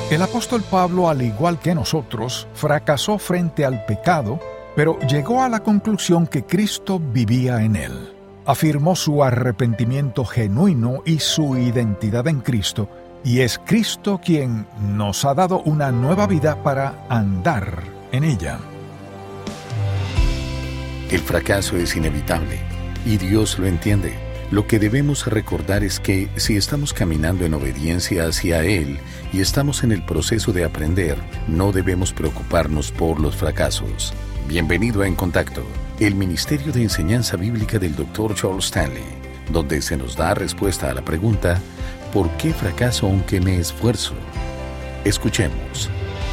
El apóstol Pablo, al igual que nosotros, fracasó frente al pecado, pero llegó a la conclusión que Cristo vivía en él. Afirmó su arrepentimiento genuino y su identidad en Cristo, y es Cristo quien nos ha dado una nueva vida para andar en ella. El fracaso es inevitable, y Dios lo entiende. Lo que debemos recordar es que si estamos caminando en obediencia hacia Él y estamos en el proceso de aprender, no debemos preocuparnos por los fracasos. Bienvenido a En Contacto, el Ministerio de Enseñanza Bíblica del Dr. Charles Stanley, donde se nos da respuesta a la pregunta, ¿por qué fracaso aunque me esfuerzo? Escuchemos.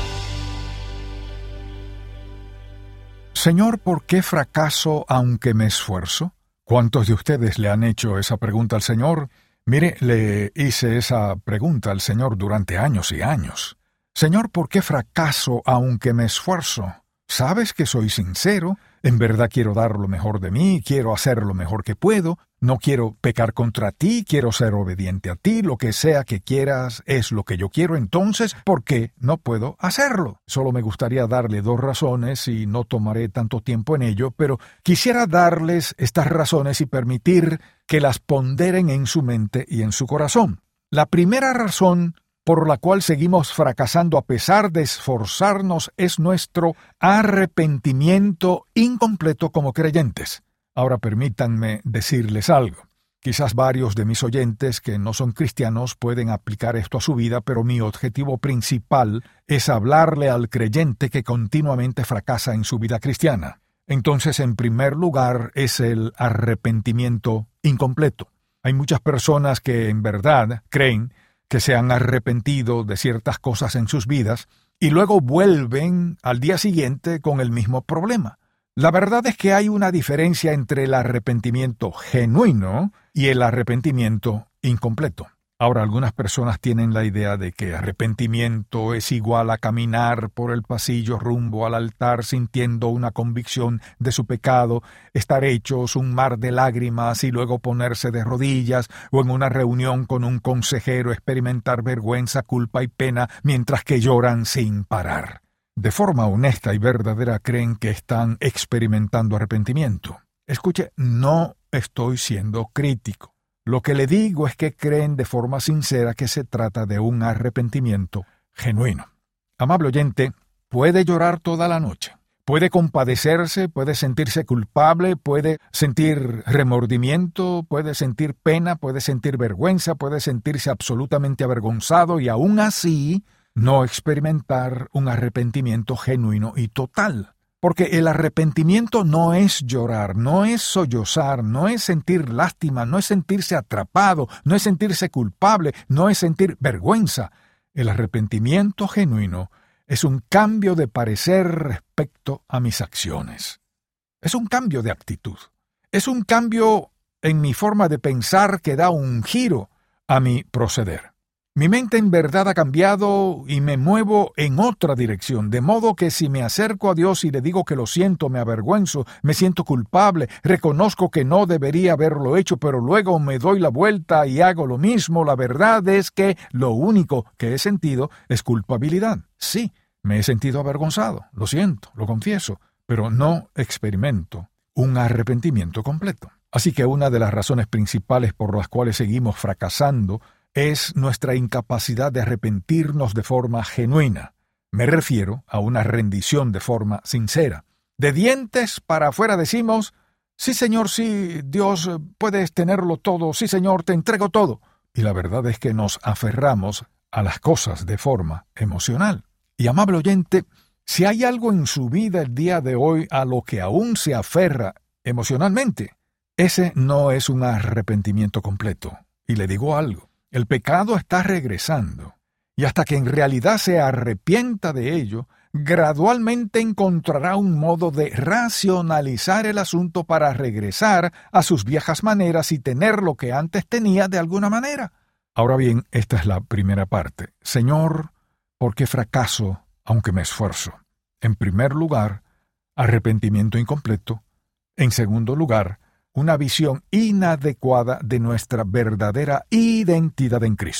Señor, ¿por qué fracaso aunque me esfuerzo? ¿Cuántos de ustedes le han hecho esa pregunta al Señor? Mire, le hice esa pregunta al Señor durante años y años. Señor, ¿por qué fracaso aunque me esfuerzo? Sabes que soy sincero, en verdad quiero dar lo mejor de mí, quiero hacer lo mejor que puedo, no quiero pecar contra ti, quiero ser obediente a ti, lo que sea que quieras es lo que yo quiero, entonces, ¿por qué no puedo hacerlo? Solo me gustaría darle 2 razones y no tomaré tanto tiempo en ello, pero quisiera darles estas razones y permitir que las ponderen en su mente y en su corazón. La primera razón por la cual seguimos fracasando a pesar de esforzarnos es nuestro arrepentimiento incompleto como creyentes. Ahora permítanme decirles algo. Quizás varios de mis oyentes que no son cristianos pueden aplicar esto a su vida, pero mi objetivo principal es hablarle al creyente que continuamente fracasa en su vida cristiana. Entonces, en primer lugar, es el arrepentimiento incompleto. Hay muchas personas que en verdad creen que se han arrepentido de ciertas cosas en sus vidas y luego vuelven al día siguiente con el mismo problema. La verdad es que hay una diferencia entre el arrepentimiento genuino y el arrepentimiento incompleto. Ahora, algunas personas tienen la idea de que arrepentimiento es igual a caminar por el pasillo rumbo al altar sintiendo una convicción de su pecado, estar hechos un mar de lágrimas y luego ponerse de rodillas, o en una reunión con un consejero experimentar vergüenza, culpa y pena mientras que lloran sin parar. De forma honesta y verdadera creen que están experimentando arrepentimiento. Escuche, no estoy siendo crítico. Lo que le digo es que creen de forma sincera que se trata de un arrepentimiento genuino. Amable oyente, puede llorar toda la noche, puede compadecerse, puede sentirse culpable, puede sentir remordimiento, puede sentir pena, puede sentir vergüenza, puede sentirse absolutamente avergonzado y aún así no experimentar un arrepentimiento genuino y total. Porque el arrepentimiento no es llorar, no es sollozar, no es sentir lástima, no es sentirse atrapado, no es sentirse culpable, no es sentir vergüenza. El arrepentimiento genuino es un cambio de parecer respecto a mis acciones. Es un cambio de actitud. Es un cambio en mi forma de pensar que da un giro a mi proceder. Mi mente en verdad ha cambiado y me muevo en otra dirección, de modo que si me acerco a Dios y le digo que lo siento, me avergüenzo, me siento culpable, reconozco que no debería haberlo hecho, pero luego me doy la vuelta y hago lo mismo, la verdad es que lo único que he sentido es culpabilidad. Sí, me he sentido avergonzado, lo siento, lo confieso, pero no experimento un arrepentimiento completo. Así que una de las razones principales por las cuales seguimos fracasando es nuestra incapacidad de arrepentirnos de forma genuina. Me refiero a una rendición de forma sincera. De dientes para afuera decimos, sí Señor, sí, Dios, puedes tenerlo todo, sí Señor, te entrego todo. Y la verdad es que nos aferramos a las cosas de forma emocional. Y amable oyente, si hay algo en su vida el día de hoy a lo que aún se aferra emocionalmente, ese no es un arrepentimiento completo. Y le digo algo. El pecado está regresando, y hasta que en realidad se arrepienta de ello, gradualmente encontrará un modo de racionalizar el asunto para regresar a sus viejas maneras y tener lo que antes tenía de alguna manera. Ahora bien, esta es la primera parte. Señor, ¿por qué fracaso aunque me esfuerzo? En primer lugar, arrepentimiento incompleto. En segundo lugar, una visión inadecuada de nuestra verdadera identidad en Cristo.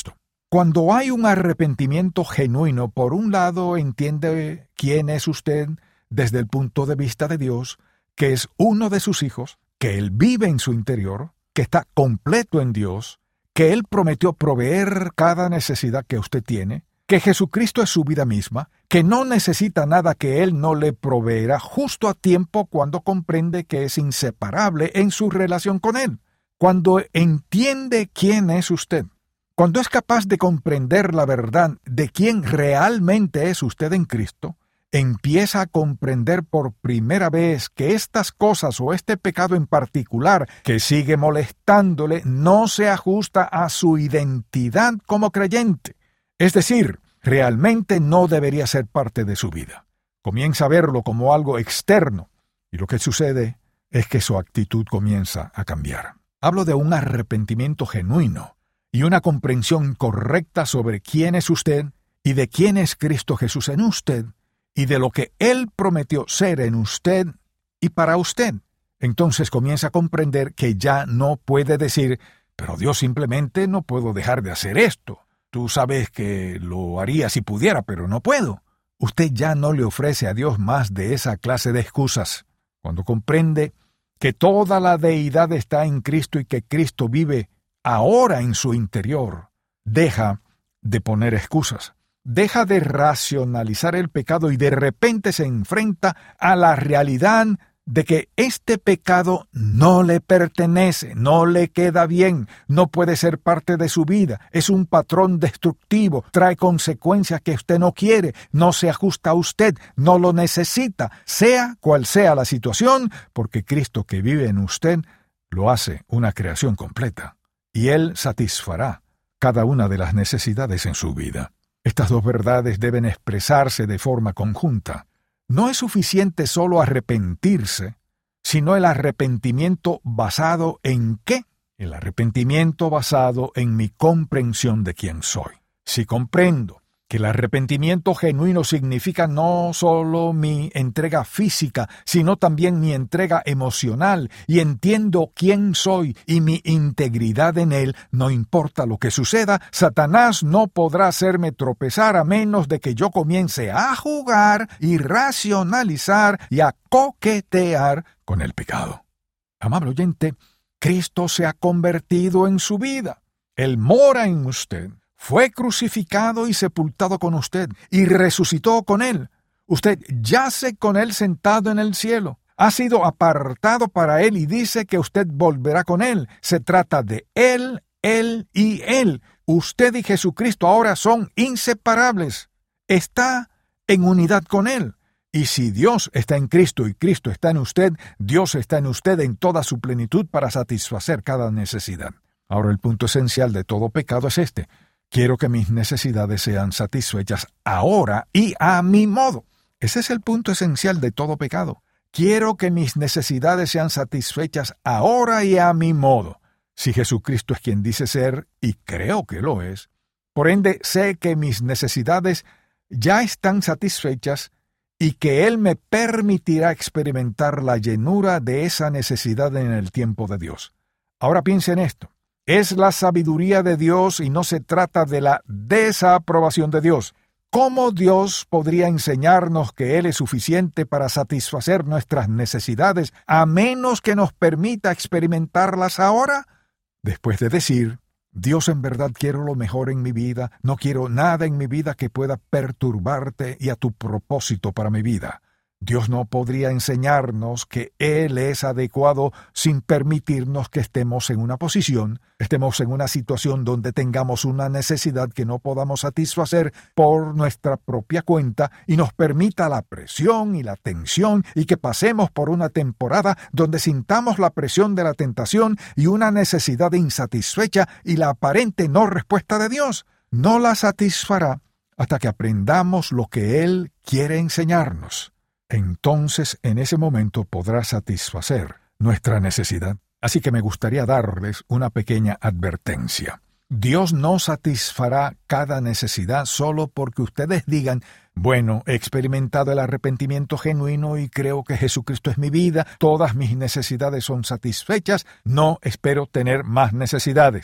Cuando hay un arrepentimiento genuino, por un lado entiende quién es usted desde el punto de vista de Dios, que es uno de sus hijos, que Él vive en su interior, que está completo en Dios, que Él prometió proveer cada necesidad que usted tiene, que Jesucristo es su vida misma, que no necesita nada que Él no le proveerá justo a tiempo cuando comprende que es inseparable en su relación con Él. Cuando entiende quién es usted, cuando es capaz de comprender la verdad de quién realmente es usted en Cristo, empieza a comprender por primera vez que estas cosas o este pecado en particular que sigue molestándole no se ajusta a su identidad como creyente. Es decir, realmente no debería ser parte de su vida. Comienza a verlo como algo externo, y lo que sucede es que su actitud comienza a cambiar. Hablo de un arrepentimiento genuino y una comprensión correcta sobre quién es usted y de quién es Cristo Jesús en usted y de lo que Él prometió ser en usted y para usted. Entonces comienza a comprender que ya no puede decir, pero Dios, simplemente no puedo dejar de hacer esto. Tú sabes que lo haría si pudiera, pero no puedo. Usted ya no le ofrece a Dios más de esa clase de excusas. Cuando comprende que toda la deidad está en Cristo y que Cristo vive ahora en su interior, deja de poner excusas. Deja de racionalizar el pecado y de repente se enfrenta a la realidad de que este pecado no le pertenece, no le queda bien, no puede ser parte de su vida, es un patrón destructivo, trae consecuencias que usted no quiere, no se ajusta a usted, no lo necesita, sea cual sea la situación, porque Cristo que vive en usted lo hace una creación completa, y Él satisfará cada una de las necesidades en su vida. Estas dos verdades deben expresarse de forma conjunta. No es suficiente solo arrepentirse, sino el arrepentimiento basado ¿en qué? El arrepentimiento basado en mi comprensión de quién soy. Si comprendo que el arrepentimiento genuino significa no solo mi entrega física, sino también mi entrega emocional, y entiendo quién soy y mi integridad en Él, no importa lo que suceda, Satanás no podrá hacerme tropezar a menos de que yo comience a jugar y racionalizar y a coquetear con el pecado. Amable oyente, Cristo se ha convertido en su vida. Él mora en usted. Fue crucificado y sepultado con usted, y resucitó con Él. Usted yace con Él sentado en el cielo. Ha sido apartado para Él y dice que usted volverá con Él. Se trata de Él, Él y Él. Usted y Jesucristo ahora son inseparables. Está en unidad con Él. Y si Dios está en Cristo y Cristo está en usted, Dios está en usted en toda su plenitud para satisfacer cada necesidad. Ahora, el punto esencial de todo pecado es este. Quiero que mis necesidades sean satisfechas ahora y a mi modo. Ese es el punto esencial de todo pecado. Quiero que mis necesidades sean satisfechas ahora y a mi modo. Si Jesucristo es quien dice ser, y creo que lo es, por ende sé que mis necesidades ya están satisfechas y que Él me permitirá experimentar la llenura de esa necesidad en el tiempo de Dios. Ahora piense en esto. Es la sabiduría de Dios y no se trata de la desaprobación de Dios. ¿Cómo Dios podría enseñarnos que Él es suficiente para satisfacer nuestras necesidades a menos que nos permita experimentarlas ahora? Después de decir, Dios, en verdad quiero lo mejor en mi vida, no quiero nada en mi vida que pueda perturbarte y a tu propósito para mi vida. Dios no podría enseñarnos que Él es adecuado sin permitirnos que estemos en una posición, estemos en una situación donde tengamos una necesidad que no podamos satisfacer por nuestra propia cuenta y nos permita la presión y la tensión y que pasemos por una temporada donde sintamos la presión de la tentación y una necesidad insatisfecha y la aparente no respuesta de Dios. No la satisfará hasta que aprendamos lo que Él quiere enseñarnos. Entonces, en ese momento podrá satisfacer nuestra necesidad. Así que me gustaría darles una pequeña advertencia. Dios no satisfará cada necesidad solo porque ustedes digan, bueno, he experimentado el arrepentimiento genuino y creo que Jesucristo es mi vida, todas mis necesidades son satisfechas, no espero tener más necesidades.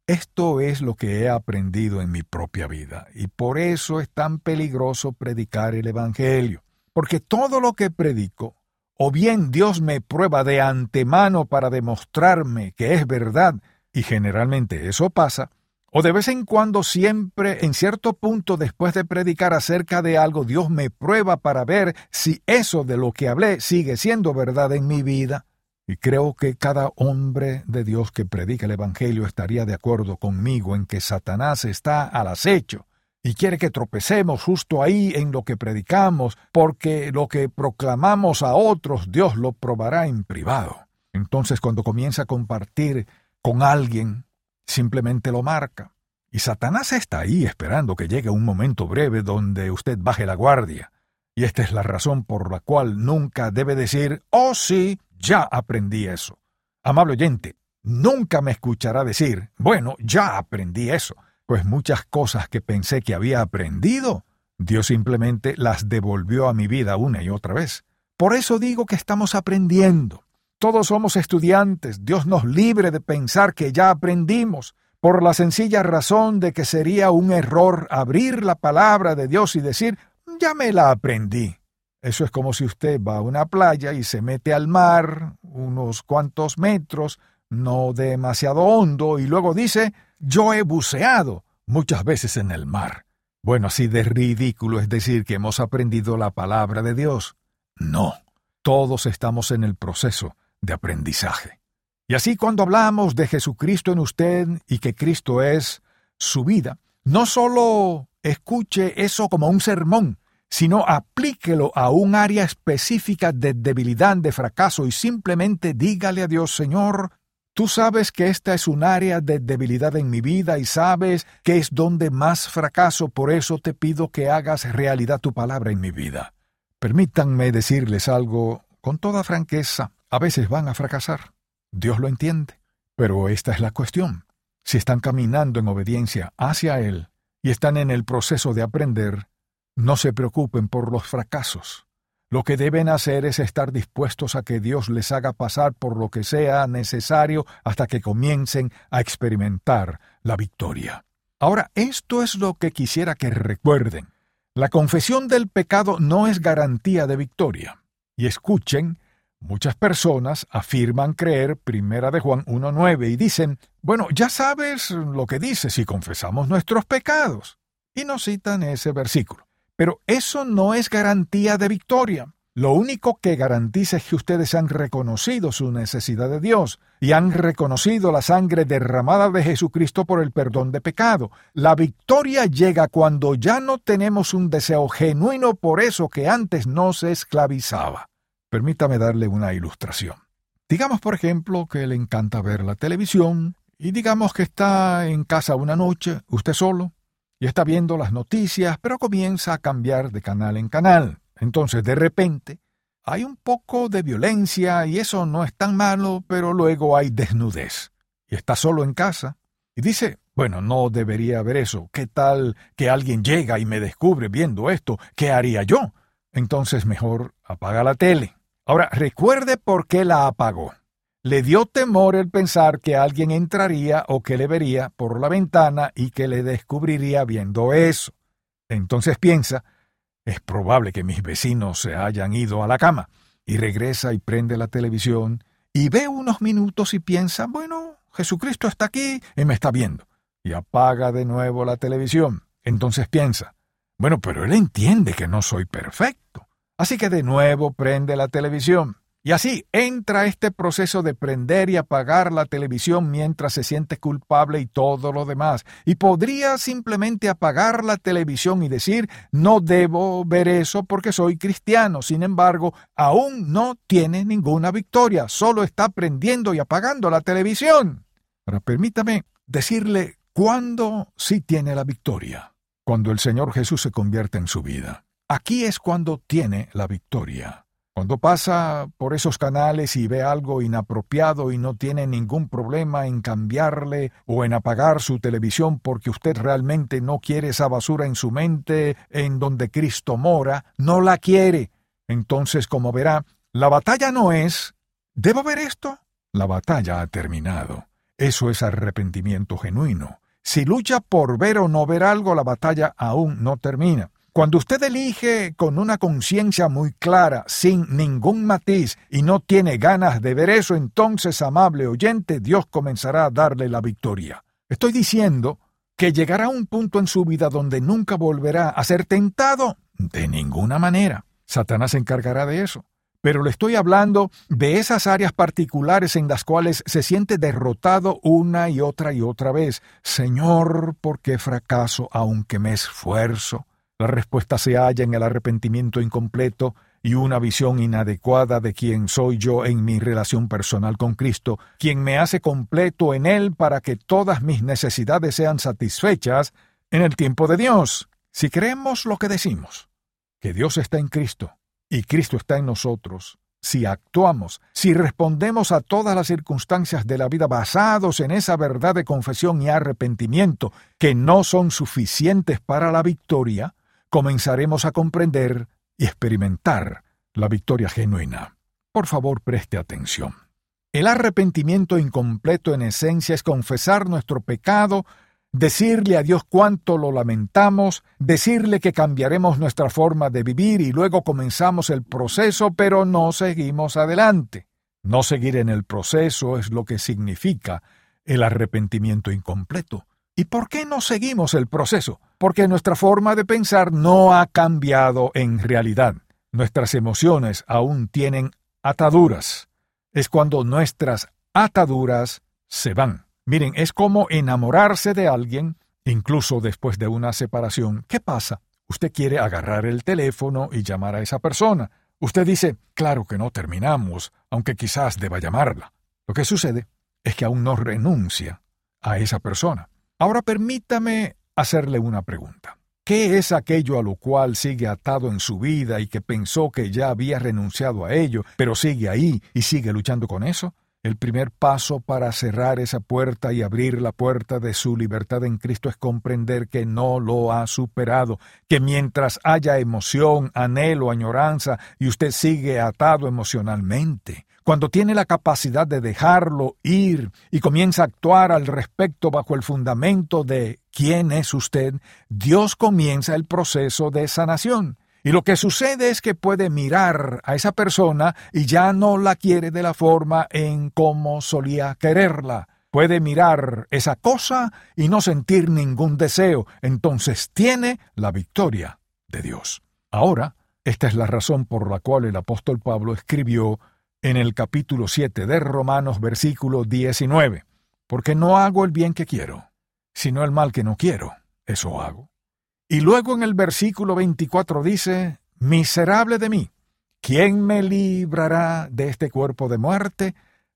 Esto es lo que he aprendido en mi propia vida, y por eso es tan peligroso predicar el Evangelio, porque todo lo que predico, o bien Dios me prueba de antemano para demostrarme que es verdad, y generalmente eso pasa, o de vez en cuando siempre, en cierto punto después de predicar acerca de algo, Dios me prueba para ver si eso de lo que hablé sigue siendo verdad en mi vida. Y creo que cada hombre de Dios que predica el Evangelio estaría de acuerdo conmigo en que Satanás está al acecho y quiere que tropecemos justo ahí en lo que predicamos, porque lo que proclamamos a otros Dios lo probará en privado. Entonces, cuando comienza a compartir con alguien, simplemente lo marca. Y Satanás está ahí esperando que llegue un momento breve donde usted baje la guardia. Y esta es la razón por la cual nunca debe decir, «Oh sí, ya aprendí eso». Amable oyente, nunca me escuchará decir, «Bueno, ya aprendí eso», pues muchas cosas que pensé que había aprendido, Dios simplemente las devolvió a mi vida una y otra vez. Por eso digo que estamos aprendiendo. Todos somos estudiantes. Dios nos libre de pensar que ya aprendimos, por la sencilla razón de que sería un error abrir la palabra de Dios y decir, «Ya me la aprendí». Eso es como si usted va a una playa y se mete al mar unos cuantos metros, no demasiado hondo, y luego dice, «Yo he buceado muchas veces en el mar». Bueno, así de ridículo es decir que hemos aprendido la palabra de Dios. No, todos estamos en el proceso de aprendizaje. Y así cuando hablamos de Jesucristo en usted y que Cristo es su vida, no solo escuche eso como un sermón, sino aplíquelo a un área específica de debilidad, de fracaso, y simplemente dígale a Dios, «Señor, tú sabes que esta es un área de debilidad en mi vida y sabes que es donde más fracaso, por eso te pido que hagas realidad tu palabra en mi vida». Permítanme decirles algo con toda franqueza, a veces van a fracasar. Dios lo entiende, pero esta es la cuestión. Si están caminando en obediencia hacia Él y están en el proceso de aprender, no se preocupen por los fracasos. Lo que deben hacer es estar dispuestos a que Dios les haga pasar por lo que sea necesario hasta que comiencen a experimentar la victoria. Ahora, esto es lo que quisiera que recuerden. La confesión del pecado no es garantía de victoria. Y escuchen, muchas personas afirman creer 1 de Juan 1:9 y dicen, «Bueno, ya sabes lo que dice si confesamos nuestros pecados». Y nos citan ese versículo. Pero eso no es garantía de victoria. Lo único que garantiza es que ustedes han reconocido su necesidad de Dios y han reconocido la sangre derramada de Jesucristo por el perdón de pecado. La victoria llega cuando ya no tenemos un deseo genuino por eso que antes nos esclavizaba. Permítame darle una ilustración. Digamos, por ejemplo, que le encanta ver la televisión y digamos que está en casa una noche, usted solo, y está viendo las noticias, pero comienza a cambiar de canal en canal. Entonces, de repente, hay un poco de violencia y eso no es tan malo, pero luego hay desnudez. Y está solo en casa. Y dice, bueno, no debería haber eso. ¿Qué tal que alguien llega y me descubre viendo esto? ¿Qué haría yo? Entonces mejor apaga la tele. Ahora, recuerde por qué la apagó. Le dio temor el pensar que alguien entraría o que le vería por la ventana y que le descubriría viendo eso. Entonces piensa, es probable que mis vecinos se hayan ido a la cama, y regresa y prende la televisión y ve unos minutos y piensa, bueno, Jesucristo está aquí y me está viendo, y apaga de nuevo la televisión. Entonces piensa, bueno, pero él entiende que no soy perfecto, así que de nuevo prende la televisión. Y así entra este proceso de prender y apagar la televisión mientras se siente culpable y todo lo demás. Y podría simplemente apagar la televisión y decir, no debo ver eso porque soy cristiano. Sin embargo, aún no tiene ninguna victoria. Solo está prendiendo y apagando la televisión. Ahora permítame decirle cuándo sí tiene la victoria. Cuando el Señor Jesús se convierte en su vida. Aquí es cuando tiene la victoria. Cuando pasa por esos canales y ve algo inapropiado y no tiene ningún problema en cambiarle o en apagar su televisión porque usted realmente no quiere esa basura en su mente en donde Cristo mora, no la quiere. Entonces, como verá, la batalla no es, ¿debo ver esto? La batalla ha terminado. Eso es arrepentimiento genuino. Si lucha por ver o no ver algo, la batalla aún no termina. Cuando usted elige con una conciencia muy clara, sin ningún matiz, y no tiene ganas de ver eso, entonces, amable oyente, Dios comenzará a darle la victoria. Estoy diciendo que llegará un punto en su vida donde nunca volverá a ser tentado. De ninguna manera. Satanás se encargará de eso. Pero le estoy hablando de esas áreas particulares en las cuales se siente derrotado una y otra vez. Señor, ¿por qué fracaso aunque me esfuerzo? La respuesta se halla en el arrepentimiento incompleto y una visión inadecuada de quién soy yo en mi relación personal con Cristo, quien me hace completo en Él para que todas mis necesidades sean satisfechas en el tiempo de Dios. Si creemos lo que decimos, que Dios está en Cristo y Cristo está en nosotros, si actuamos, si respondemos a todas las circunstancias de la vida basados en esa verdad de confesión y arrepentimiento que no son suficientes para la victoria, comenzaremos a comprender y experimentar la victoria genuina. Por favor, preste atención. El arrepentimiento incompleto en esencia es confesar nuestro pecado, decirle a Dios cuánto lo lamentamos, decirle que cambiaremos nuestra forma de vivir y luego comenzamos el proceso, pero no seguimos adelante. No seguir en el proceso es lo que significa el arrepentimiento incompleto. ¿Y por qué no seguimos el proceso? Porque nuestra forma de pensar no ha cambiado en realidad. Nuestras emociones aún tienen ataduras. Es cuando nuestras ataduras se van. Miren, es como enamorarse de alguien, incluso después de una separación. ¿Qué pasa? Usted quiere agarrar el teléfono y llamar a esa persona. Usted dice, claro que no terminamos, aunque quizás deba llamarla. Lo que sucede es que aún no renuncia a esa persona. Ahora permítame hacerle una pregunta. ¿Qué es aquello a lo cual sigue atado en su vida y que pensó que ya había renunciado a ello, pero sigue ahí y sigue luchando con eso? El primer paso para cerrar esa puerta y abrir la puerta de su libertad en Cristo es comprender que no lo ha superado, que mientras haya emoción, anhelo, añoranza y usted sigue atado emocionalmente, cuando tiene la capacidad de dejarlo ir y comienza a actuar al respecto bajo el fundamento de quién es usted, Dios comienza el proceso de sanación. Y lo que sucede es que puede mirar a esa persona y ya no la quiere de la forma en cómo solía quererla. Puede mirar esa cosa y no sentir ningún deseo. Entonces tiene la victoria de Dios. Ahora, esta es la razón por la cual el apóstol Pablo escribió en el capítulo 7 de Romanos, versículo 19. Porque no hago el bien que quiero, sino el mal que no quiero. Eso hago. Y luego en el versículo 24 dice, miserable de mí, ¿quién me librará de este cuerpo de muerte?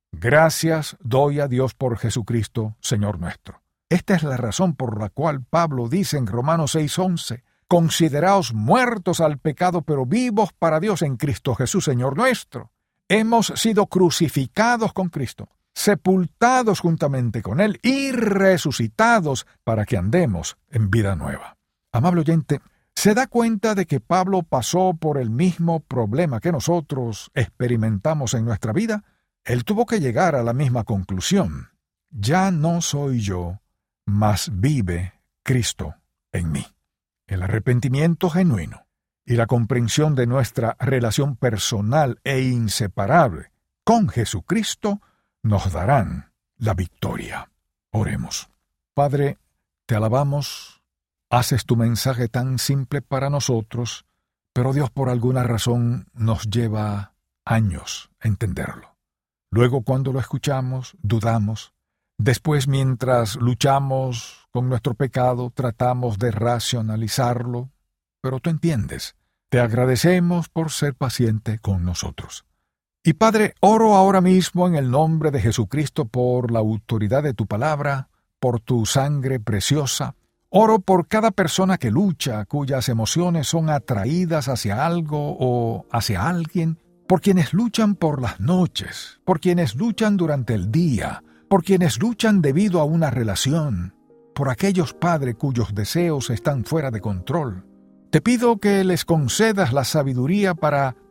Gracias doy a Dios por Jesucristo, Señor nuestro. Esta es la razón por la cual Pablo dice en Romanos 6:11, consideraos muertos al pecado, pero vivos para Dios en Cristo Jesús, Señor nuestro. Hemos sido crucificados con Cristo, sepultados juntamente con Él y resucitados para que andemos en vida nueva. Amable oyente, ¿se da cuenta de que Pablo pasó por el mismo problema que nosotros experimentamos en nuestra vida? Él tuvo que llegar a la misma conclusión. Ya no soy yo, mas vive Cristo en mí. El arrepentimiento genuino y la comprensión de nuestra relación personal e inseparable con Jesucristo nos darán la victoria. Oremos. Padre, te alabamos. Haces tu mensaje tan simple para nosotros, pero Dios por alguna razón nos lleva años a entenderlo. Luego cuando lo escuchamos, dudamos. Después, mientras luchamos con nuestro pecado, tratamos de racionalizarlo, pero tú entiendes. Te agradecemos por ser paciente con nosotros. Y Padre, oro ahora mismo en el nombre de Jesucristo por la autoridad de tu palabra, por tu sangre preciosa. Oro por cada persona que lucha, cuyas emociones son atraídas hacia algo o hacia alguien, por quienes luchan por las noches, por quienes luchan durante el día, por quienes luchan debido a una relación, por aquellos, Padre, cuyos deseos están fuera de control. Te pido que les concedas la sabiduría para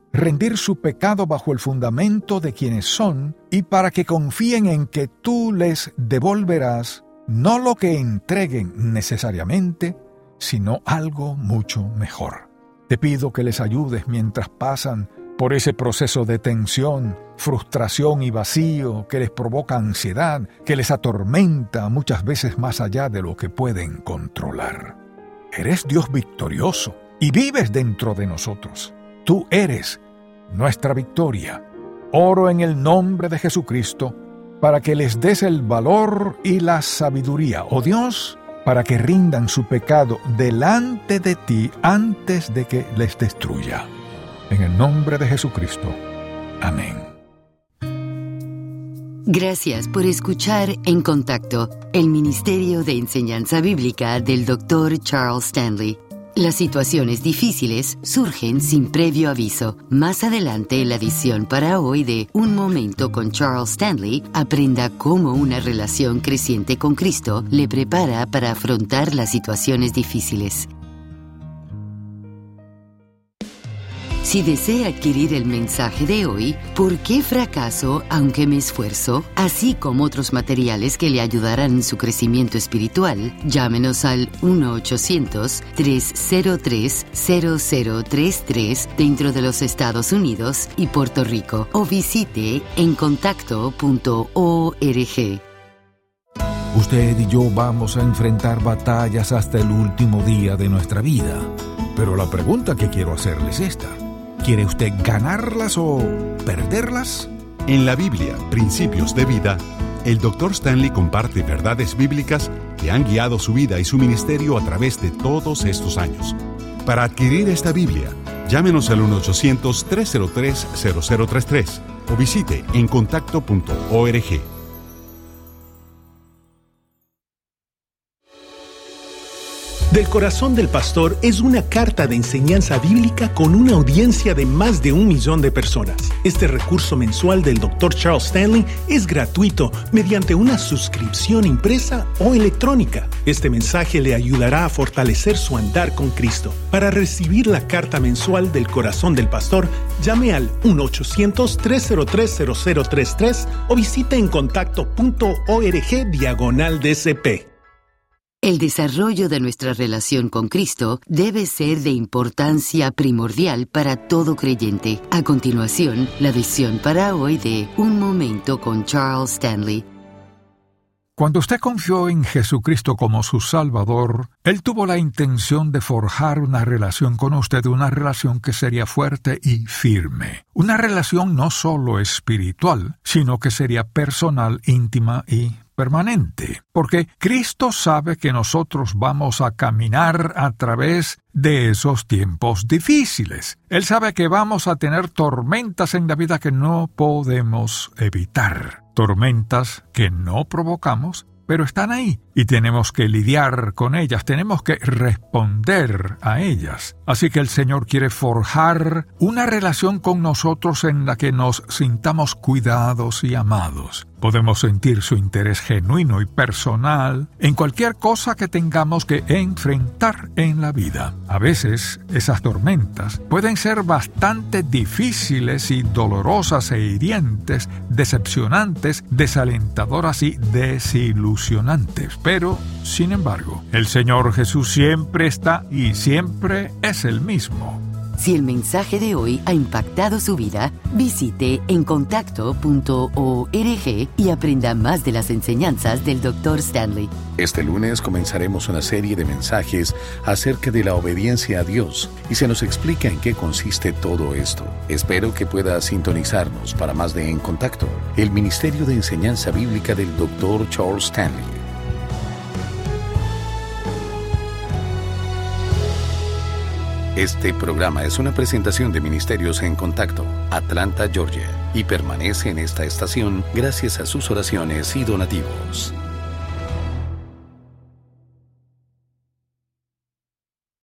rendir su pecado bajo el fundamento de quienes son y para que confíen en que tú les devolverás no lo que entreguen necesariamente, sino algo mucho mejor. Te pido que les ayudes mientras pasan por ese proceso de tensión, frustración y vacío que les provoca ansiedad, que les atormenta muchas veces más allá de lo que pueden controlar. Eres Dios victorioso y vives dentro de nosotros. Tú eres nuestra victoria. Oro en el nombre de Jesucristo para que les des el valor y la sabiduría, oh Dios, para que rindan su pecado delante de ti antes de que les destruya. En el nombre de Jesucristo. Amén. Gracias por escuchar En Contacto, el Ministerio de Enseñanza Bíblica del Dr. Charles Stanley. Las situaciones difíciles surgen sin previo aviso. Más adelante, en la edición para hoy de Un Momento con Charles Stanley, aprenda cómo una relación creciente con Cristo le prepara para afrontar las situaciones difíciles. Si desea adquirir el mensaje de hoy, ¿por qué fracaso aunque me esfuerzo?, así como otros materiales que le ayudarán en su crecimiento espiritual, llámenos al 1-800-303-0033 dentro de los Estados Unidos y Puerto Rico, o visite encontacto.org. Usted y yo vamos a enfrentar batallas hasta el último día de nuestra vida. Pero la pregunta que quiero hacerle es esta: ¿quiere usted ganarlas o perderlas? En la Biblia, Principios de Vida, el Dr. Stanley comparte verdades bíblicas que han guiado su vida y su ministerio a través de todos estos años. Para adquirir esta Biblia, llámenos al 1-800-303-0033 o visite encontacto.org. Del Corazón del Pastor es una carta de enseñanza bíblica con una audiencia de más de 1 millón de personas. Este recurso mensual del Dr. Charles Stanley es gratuito mediante una suscripción impresa o electrónica. Este mensaje le ayudará a fortalecer su andar con Cristo. Para recibir la carta mensual del Corazón del Pastor, llame al 1-800-303-0033 o visite encontacto.org/DCP. El desarrollo de nuestra relación con Cristo debe ser de importancia primordial para todo creyente. A continuación, la edición para hoy de Un Momento con Charles Stanley. Cuando usted confió en Jesucristo como su Salvador, Él tuvo la intención de forjar una relación con usted, una relación que sería fuerte y firme. Una relación no solo espiritual, sino que sería personal, íntima y permanente. Porque Cristo sabe que nosotros vamos a caminar a través de esos tiempos difíciles. Él sabe que vamos a tener tormentas en la vida que no podemos evitar. Tormentas que no provocamos, pero están ahí y tenemos que lidiar con ellas, tenemos que responder a ellas. Así que el Señor quiere forjar una relación con nosotros en la que nos sintamos cuidados y amados. Podemos sentir su interés genuino y personal en cualquier cosa que tengamos que enfrentar en la vida. A veces, esas tormentas pueden ser bastante difíciles y dolorosas e hirientes, decepcionantes, desalentadoras y desilusionantes. Pero, sin embargo, el Señor Jesús siempre está y siempre es el mismo. Si el mensaje de hoy ha impactado su vida, visite encontacto.org y aprenda más de las enseñanzas del Dr. Stanley. Este lunes comenzaremos una serie de mensajes acerca de la obediencia a Dios y se nos explica en qué consiste todo esto. Espero que pueda sintonizarnos para más de En Contacto, el Ministerio de Enseñanza Bíblica del Dr. Charles Stanley. Este programa es una presentación de Ministerios En Contacto, Atlanta, Georgia, y permanece en esta estación gracias a sus oraciones y donativos.